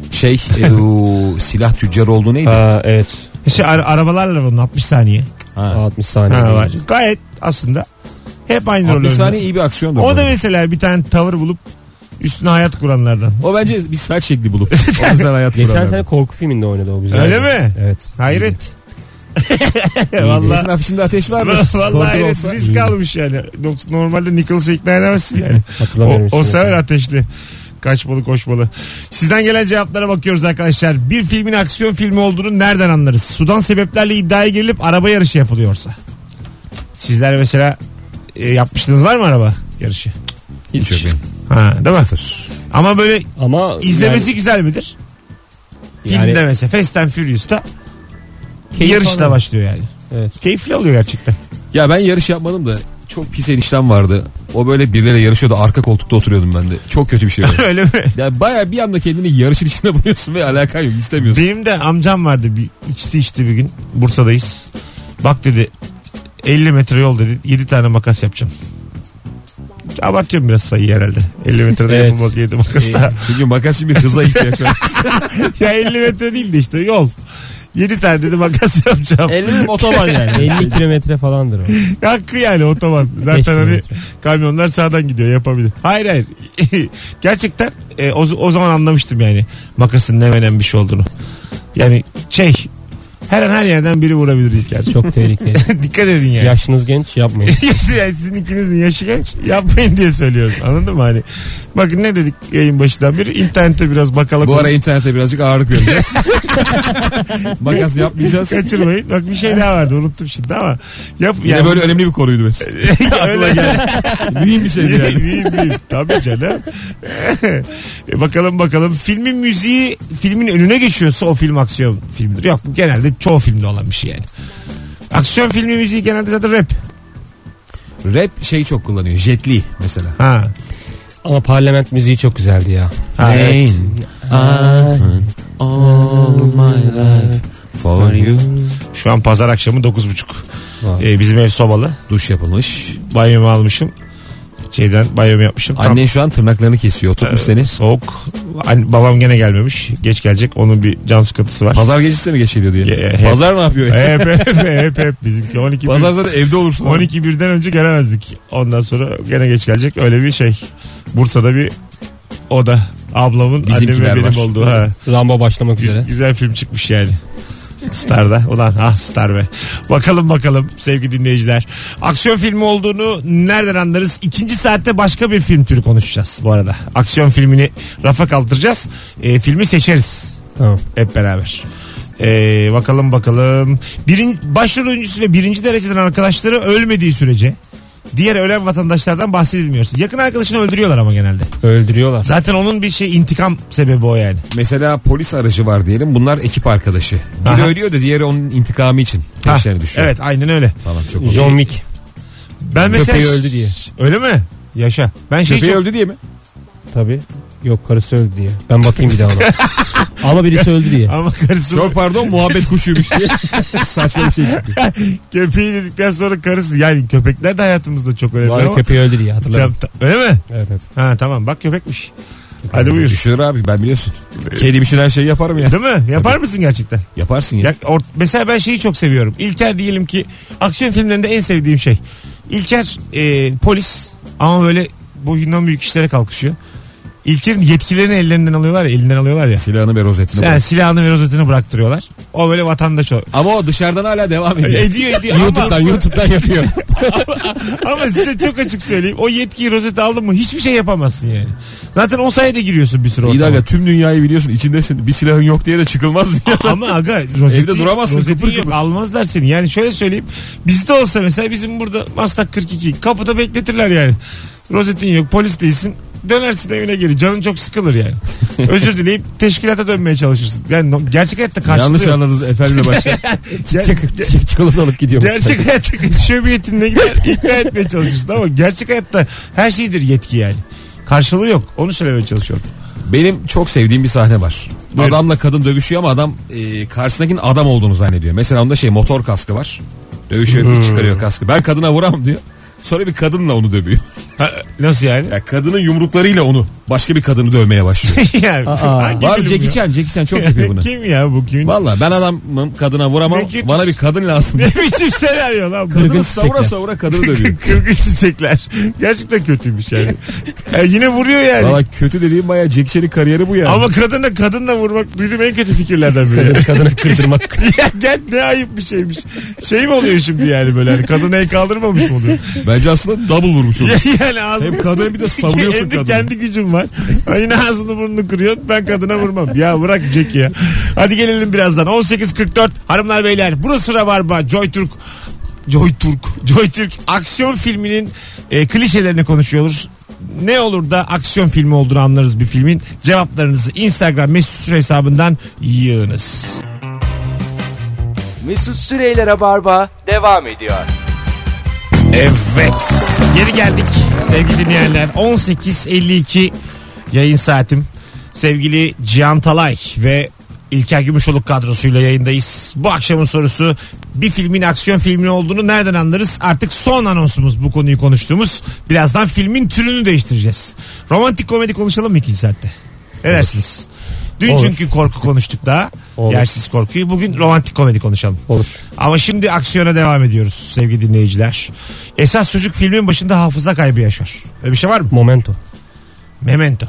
Silah tüccarı olduğu neydi? Evet. Arabalarla onun 60 saniye. 60 saniye. Var. Gayet aslında hep aynı rol 60 oynuyor. saniye iyi bir aksiyondur. O da mesela bir tane tavır bulup üstüne hayat kuranlardan. O bence bir saç şekli bulup. O yüzden hayat Geçen kuranlar. sene korku filminde oynadı o güzel. Öyle mi? Evet. Hayret. Kesin Vallahi afişinde ateş var mı? vallahi hayret, risk almış yani. Normalde Nicholas'ı ikna edemezsin yani. Hatırlamıyorum. O şimdi. sever ateşli. Kaçmalı koşmalı. Sizden gelen cevaplara bakıyoruz arkadaşlar. Bir filmin aksiyon filmi olduğunu nereden anlarız? Sudan sebeplerle iddiaya girilip araba yarışı yapılıyorsa. Sizler mesela yapmıştınız, var mı araba yarışı? Hiç yok. Ha, değil mi? Sıfır. Ama böyle Ama izlemesi güzel midir? Yani- Filmde mesela Fast and Furious'ta Keyif yarışla alıyor. başlıyor yani. Evet. Keyifli oluyor gerçekten. Ya ben yarış yapmadım da çok pis eniştem vardı. O böyle birileriyle yarışıyordu. Arka koltukta oturuyordum ben de. Çok kötü bir şey. Öyle mi? Yani baya bir anda kendini yarışın içinde buluyorsun ve alakan yok, istemiyorsun. Benim de amcam vardı, içti bir gün, Bursa'dayız. Bak dedi 50 metre yol dedi, 7 tane makas yapacağım. Abartıyorum biraz sayıyı herhalde. 50 metrede Evet. yapılmaz 7 makas da. Çünkü makas için bir hıza ihtiyaç var. Ya 50 metre değil de işte yol. 7 tane dedi makas yapacağım. 50 otoban yani. 50 kilometre falandır o. Hakkı yani otoban. Zaten 5 hani kilometre. kamyonlar sağdan gidiyor, yapabilir. Hayır. Gerçekten o zaman anlamıştım yani makasın ne önemli bir şey olduğunu. Yani Her an her yerden biri vurabilir İlker. Çok tehlikeli. Dikkat edin yani. Yaşınız genç, yapmayın. Yani sizin ikinizin yaşı genç, yapmayın diye söylüyorum. Anladın mı hani? Bakın ne dedik yayın başından beri? İnternette biraz bakalım. Bu ara internete birazcık ağırlık vereceğiz. Makas yapmayacağız. Kaçırmayın. Bak bir şey daha vardı, unuttum şimdi ama. Yine yani böyle önemli bir konuydu Mesut. Aklıma geldi. Mühim bir şeydi yani. Mühim. Tabii canım. Bakalım. Filmin müziği filmin önüne geçiyorsa o film aksiyon filmidir. Yok, bu genelde çoğu filmde olan bir şey yani. Aksiyon filmi müziği genelde zaten rap. Rap şey çok kullanıyor. Jet Li mesela. Ha. Ama parlament müziği çok güzeldi ya. Ha, evet. All my life for you. Şu an pazar akşamı 9.30. Wow. Bizim ev sobalı. Duş yapılmış. Banyomu almışım. Banyomu yapmışım. Annen şu an tırnaklarını kesiyor. Oturtmuş seni. Soğuk. Babam gene gelmemiş. Geç gelecek. Onun bir can sıkıntısı var. Pazar gecesi mi geç geliyor diye. Hep. Pazar ne yapıyor? Hep bizimki 12 Pazar zaten evde olursun. 12 birden önce gelemezdik. Ondan sonra gene geç gelecek. Öyle bir şey. Bursa'da bir oda. Ablamın, annem ve benim olduğu. Ha. Rambo başlamak üzere. Güzel film çıkmış yani. Star'da. Ulan Star be. Bakalım sevgili dinleyiciler. Aksiyon filmi olduğunu nereden anlarız? İkinci saatte başka bir film türü konuşacağız bu arada. Aksiyon filmini rafa kaldıracağız. Filmi seçeriz. Tamam. Hep beraber. Bakalım. Başrol oyuncusu ve birinci dereceden arkadaşları ölmediği sürece diğer ölen vatandaşlardan bahsedilmiyor. Yakın arkadaşını öldürüyorlar ama genelde. Öldürüyorlar. Zaten onun bir intikam sebebi o yani. Mesela polis aracı var diyelim. Bunlar ekip arkadaşı. Biri Aha. ölüyor da diğeri onun intikamı için peşlerine düşüyor. Evet, aynen öyle. Tamam, çok John Wick. Ben mesela Köpeği öldü diye. Öyle mi? Yaşa. Ben Köpeği öldü diye mi? Tabii. Yok, karısı öldü diye. Ben bakayım bir daha ona. Ama birisi öldü diye. Ama karısı Çok pardon, muhabbet kuşuymuş diye. Saçma bir şey çıkıyor. köpeği dedikten sonra karısı, yani köpekler de hayatımızda çok önemli Var ama. köpeği öldü diye hatırladım. Öyle mi? Evet. Ha tamam, bak köpekmiş. Hadi buyur. Düşünür abi, ben biliyorsun. Kedim için her şeyi yaparım ya. Değil mi? Yapar mısın gerçekten? Yaparsın ya. Mesela ben şeyi çok seviyorum. İlker diyelim ki aksiyon filmlerinde en sevdiğim şey. İlker polis ama böyle boyundan büyük işlere kalkışıyor. İlker'in yetkilerini elinden alıyorlar ya. Silahını ve rozetini. Yani silahını ve rozetini bıraktırıyorlar. O böyle vatandaş o. Ama o dışarıdan hala devam ediyor. Ediyor. YouTube'dan yapıyor. Ama size çok açık söyleyeyim. O yetkiyi, rozeti aldın mı hiçbir şey yapamazsın yani. Zaten o sayede giriyorsun bir süre İyi de ortama. aga, tüm dünyayı biliyorsun, içindesin. Bir silahın yok diye de çıkılmaz mı? Ama aga evde duramazsın, rozetin kıpır yok, kıpır. almazlar seni. Yani şöyle söyleyeyim. Bizde olsa mesela, bizim burada Maslak 42 kapıda bekletirler yani. Rozetin yok, polis değilsin. Dönersin evine geri. Canın çok sıkılır yani. Özür dileyip teşkilata dönmeye çalışırsın. Yani gerçek hayatta karşılığı Yanlış yok. anladınız efendim başta. Çikolata alıp gidiyormuş. Gerçek hayatta şöbiyetinle gider ikna etmeye çalışırsın ama gerçek hayatta her şeydir yetki yani. Karşılığı yok. Onu söylemeye çalışıyorum. Benim çok sevdiğim bir sahne var. Buyurun. Adamla kadın dövüşüyor ama adam karşısındakinin adam olduğunu zannediyor. Mesela onda motor kaskı var. Dövüşüyor, bir çıkarıyor kaskı. Ben kadına vuramam diyor. Sonra bir kadınla onu dövüyor. Ha, nasıl yani? Ya kadının yumruklarıyla onu başka bir kadını dövmeye başlıyor. Yani, hangi Var film Jackie Chan çok yapıyor bunu. Kim ya bu kimin? Valla ben adamım, kadına vuramam. Ne kötü- Bana bir kadın lazım. Ne biçim senaryo lan bu? Kadını savura kadını dövüyor. Kırgın çiçekler. Gerçekten kötüymüş yani. Yine vuruyor yani. Valla kötü dediğim bayağı Jackie Chan'in kariyeri bu yani. Ama kadınla vurmak duyduğum en kötü fikirlerden biri. Kadını kırdırmak. Ya gel, ne ayıp bir şeymiş. Şey mi oluyor şimdi yani böyle, hani kadını el kaldırmamış mı oluyor? Bence aslında double vurmuş olur. Yani ağzını... Hem kadını bir de savuruyorsun Hem de kadını. kendi gücüm var. Yine ağzını burnunu kırıyorsun, ben kadına vurmam. Ya bırak Jack ya. Hadi gelelim birazdan. 18.44 hanımlar beyler. Burası Rabarba. Joy Türk aksiyon filminin klişelerini konuşuyoruz. Ne olur da aksiyon filmi olduğunu anlarız bir filmin. Cevaplarınızı Instagram Mesut Süre hesabından yığınız. Mesut Süreyler'e barba devam ediyor. Evet. Geri geldik sevgili dinleyenler. 18.52 yayın saatim. Sevgili Cihan Talay ve İlker Gümüşoluk kadrosuyla yayındayız. Bu akşamın sorusu, bir filmin aksiyon filmi olduğunu nereden anlarız? Artık son anonsumuz bu konuyu konuştuğumuz. Birazdan filmin türünü değiştireceğiz. Romantik komedi konuşalım mı ikinci saatte? Ne dersiniz? Dün Olur. çünkü korku konuştuk daha. Olur. Yersiz korkuyu. Bugün romantik komedi konuşalım. Olur. Ama şimdi aksiyona devam ediyoruz sevgili dinleyiciler. Esas çocuk filmin başında hafıza kaybı yaşar. Öyle bir şey var mı? Memento.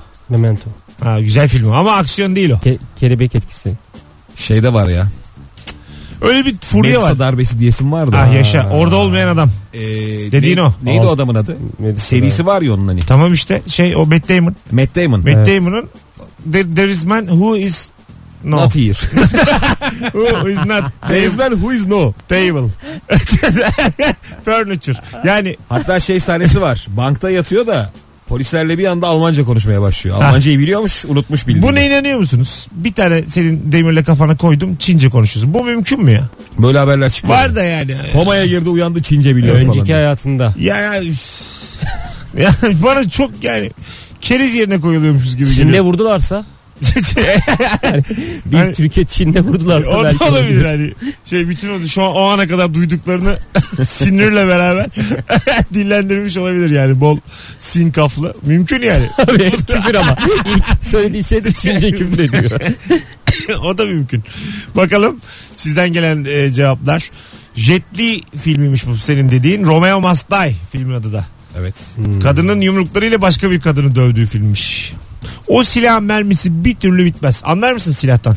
Memento. Ha, güzel film ama aksiyon değil o. Kelebek etkisi. Şeyde var ya. Öyle bir furya var. Medsa darbesi diyesim vardı. Ah yaşa. Orada olmayan adam. Dediğin o. Neydi o adamın adı? Serisi var ya onun hani. Tamam işte o Matt Damon. Matt Damon. Matt Damon'ın there is man who is no. Not here. Who is not There is man who is no. table. Furniture. Yani Hatta sahnesi var. Bankta yatıyor da polislerle bir anda Almanca konuşmaya başlıyor. Almancayı biliyormuş, unutmuş bildiğini. buna inanıyor musunuz? Bir tane senin demirle kafana koydum, Çince konuşuyorsun. Bu mümkün mü ya? Böyle haberler çıkıyor. Var da yani. Komaya girdi, uyandı, Çince biliyor Önceki falan. Ya, hayatında. ya bana çok yani keriz yerine koyuluyormuşuz gibi Çin'de geliyor. vurdularsa bir Hani- Türkiye Çin'de vurdularsa O belki da olabilir hani. Bütün şu an o ana kadar duyduklarını sinirle beraber dillendirmiş olabilir yani. Bol sinkaflı. Mümkün yani. Abi küfür ama. İlk söylediği şey de Çince küfür ediyor. O da mümkün. Bakalım sizden gelen cevaplar. Jet Li filmiymiş bu senin dediğin. Romeo Must Die filmin adı da. Evet. Kadının yumruklarıyla başka bir kadını dövdüğü filmmiş. O silah mermisi bir türlü bitmez. Anlar mısın silahtan?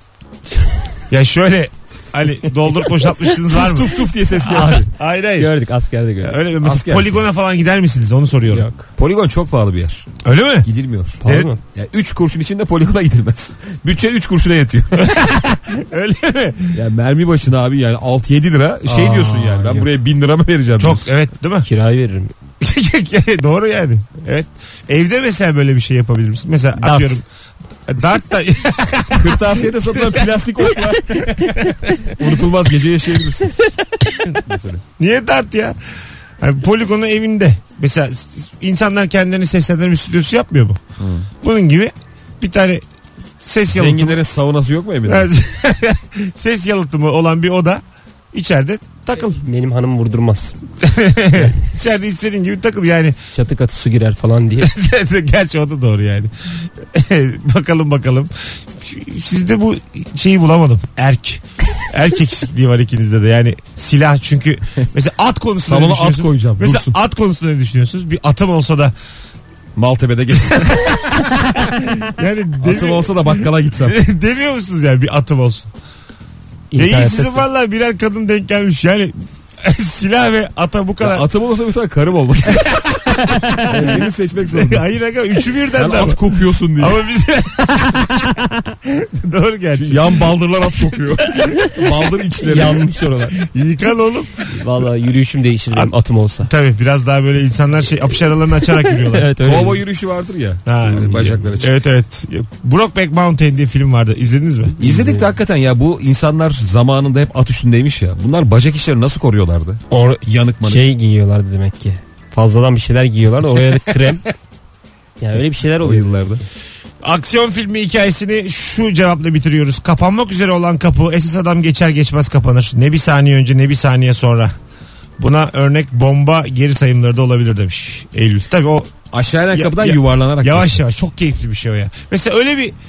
Ya şöyle hani doldurup boşaltmışsınız var mı? Tuf tuf diye ses geldi. Hayır hayır. Gördük askerde gördük. Öyle mi? Mesela Asker. poligona falan gider misiniz? Onu soruyorum. Yok. Poligon çok pahalı bir yer. Öyle mi? Gidilmiyor. Pahalı mı? Yani 3 kurşun içinde poligona gidilmez. Bütçe 3 kurşuna yetiyor. Öyle mi? Yani mermi başına abi yani 6-7 lira diyorsun yani. Ben yok. buraya 1000 lira mı vereceğim? Çok diyorsun. evet değil mi? Kirayı veririm. Doğru yani. Evet. Evde mesela böyle bir şey yapabilir misin? Mesela Dart. atıyorum. Dart da Kırtasiyede satılan plastik oklar. Unutulmaz, gece yaşayabilirsin. Mesela. niye dart ya? Yani poligonu evinde. Mesela insanlar kendilerini seslendirme stüdyosu yapmıyor mu? Bunun gibi bir tane ses yalıtımı. Zenginlerin saunası yok mu evinde? Evet. Ses yalıtımı olan bir oda. İçeride takıl. Benim hanım vurdurmaz. İçeride istediğin gibi takıl yani. Çatı katı su girer falan diye. Gerçi o da doğru yani. Bakalım. Sizde bu şeyi bulamadım. Erkek eksikliği var ikinizde de. Yani silah çünkü mesela at konusunda ne Salona at düşünüyorsunuz? koyacağım. Mesela Dursun. at konusunda ne düşünüyorsunuz? Bir atım olsa da Maltepe'de geçsin. yani Atım olsa da bakkala gitsem. demiyor musunuz yani bir atım olsun? İyi İnternette sizin vallahi birer kadın denk gelmiş. Yani silah ve ata bu kadar. Ya atım olsa bir tane karım olmaz. Yani birini seçmek zorunda. Hayır aga üçü birden Sen de at kokuyorsun diye. ama biz doğru gerçi. Yan baldırlar at kokuyor. Baldır içleri. yanmış oralar. Yıkan oğlum. Vallahi yürüyüşüm değişir benim atım olsa. Tabii biraz daha böyle insanlar apış aralarını açarak yürüyorlar. Evet öyle. Kova yürüyüşü vardır ya. Ha, Yani bacakları açık. Evet. Brokeback Mountain diye film vardı. İzlediniz mi? İzledik de hakikaten ya bu insanlar zamanında hep at üstündeymiş ya. Bunlar bacak işleri nasıl koruyorlardı? Yanık manık. Şey giyiyorlardı demek ki. Fazladan bir şeyler giyiyorlar da oraya da krem. Yani öyle bir şeyler O oluyor. yıllarda. Aksiyon filmi hikayesini şu cevapla bitiriyoruz. Kapanmak üzere olan kapı esas adam geçer geçmez kapanır. Ne bir saniye önce ne bir saniye sonra. Buna örnek bomba geri sayımları da olabilir demiş Eylül. Tabii o Aşağı inen Ya- kapıdan ya- yuvarlanarak. yavaş geçiyor. yavaş çok keyifli bir şey o ya. Mesela öyle bir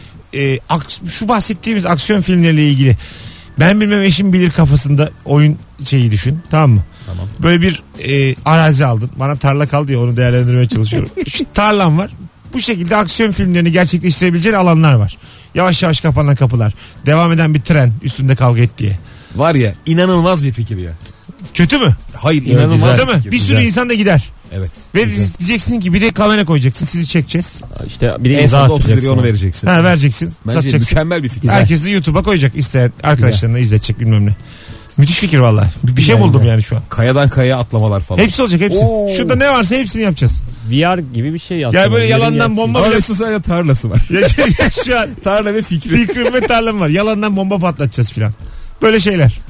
şu bahsettiğimiz aksiyon filmleriyle ilgili ben bilmem eşim bilir kafasında oyun şeyi düşün, tamam mı? Tamam. Böyle bir arazi aldın, bana tarla kaldı ya, onu değerlendirmeye çalışıyorum. Şu tarlam var, bu şekilde aksiyon filmlerini gerçekleştirebileceğin alanlar var. Yavaş yavaş kapanan kapılar, devam eden bir tren üstünde kavga et diye. Var ya inanılmaz bir fikir ya. Kötü mü? Hayır Evet, inanılmaz güzel. bir Değil mi? fikir. Bir sürü insan da gider. Evet. Ve diyeceksin ki bir de kamera koyacaksın, sizi çekeceğiz. İşte bir de En imza sonunda 30 liraya attıracaksın. onu vereceksin. Ha, vereceksin, Bence satacaksın. mükemmel bir fikir. Herkes de YouTube'a koyacak, isteyen arkadaşlarına izletecek bilmem ne. Müthiş fikir vallahi. Bir şey Güzel, buldum güzel. yani şu an. Kayadan kayaya atlamalar falan. Hepsi olacak, hepsi. Oo. Şurada ne varsa hepsini yapacağız. VR gibi bir şey aslında. Ya böyle Yerin yalandan gerçeği. bomba Ama bile... Mesut sadece tarlası var. Ya şu an Tarla ve fikri. fikrim ve tarlam var. Yalandan bomba patlatacağız filan. Böyle şeyler.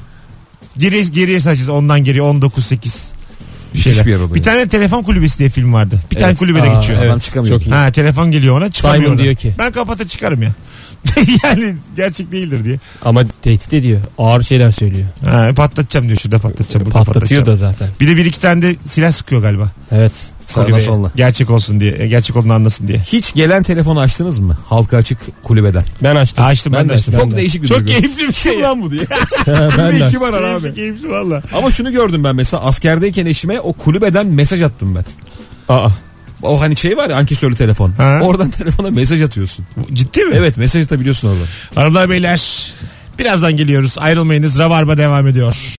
Geriye sayacağız. Ondan geriye 19-8. Müthiş bir yer o da Bir ya. tane telefon kulübesi diye film vardı. Bir tane Evet. kulübede Aa, geçiyor. evet, Adam çıkamıyor. çok iyi. Ha, telefon geliyor ona, çıkamıyor. Simon oradan. diyor ki. Ben kapata çıkarım ya. Yani gerçek değildir diye. Ama tehdit ediyor. Ağır şeyler söylüyor. Ha, patlatacağım diyor. Şurada patlatacağım. Burada Patlatıyor patlatacağım. da zaten. Bir de bir iki tane de silah sıkıyor galiba. Evet. Sağına Kulübeye. soluna. Gerçek olsun diye. Gerçek olduğunu anlasın diye. Hiç gelen telefonu açtınız mı? Halka açık kulübeden. Ben açtım. Açtım ben de açtım. Çok değişik bir Çok duygu. keyifli bir şey. Kim lan bu diye. ben de Kim arar Keyifli, abi? keyifli valla. Ama şunu gördüm ben mesela askerdeyken eşime o kulübeden mesaj attım ben. Aa. O hani şey var ya ankesörlü telefon. Ha. Oradan telefona mesaj atıyorsun. Ciddi mi? Evet mesaj atabiliyorsun orada. Hanımlar beyler, Birazdan geliyoruz. Ayrılmayınız. Rabarba devam ediyor.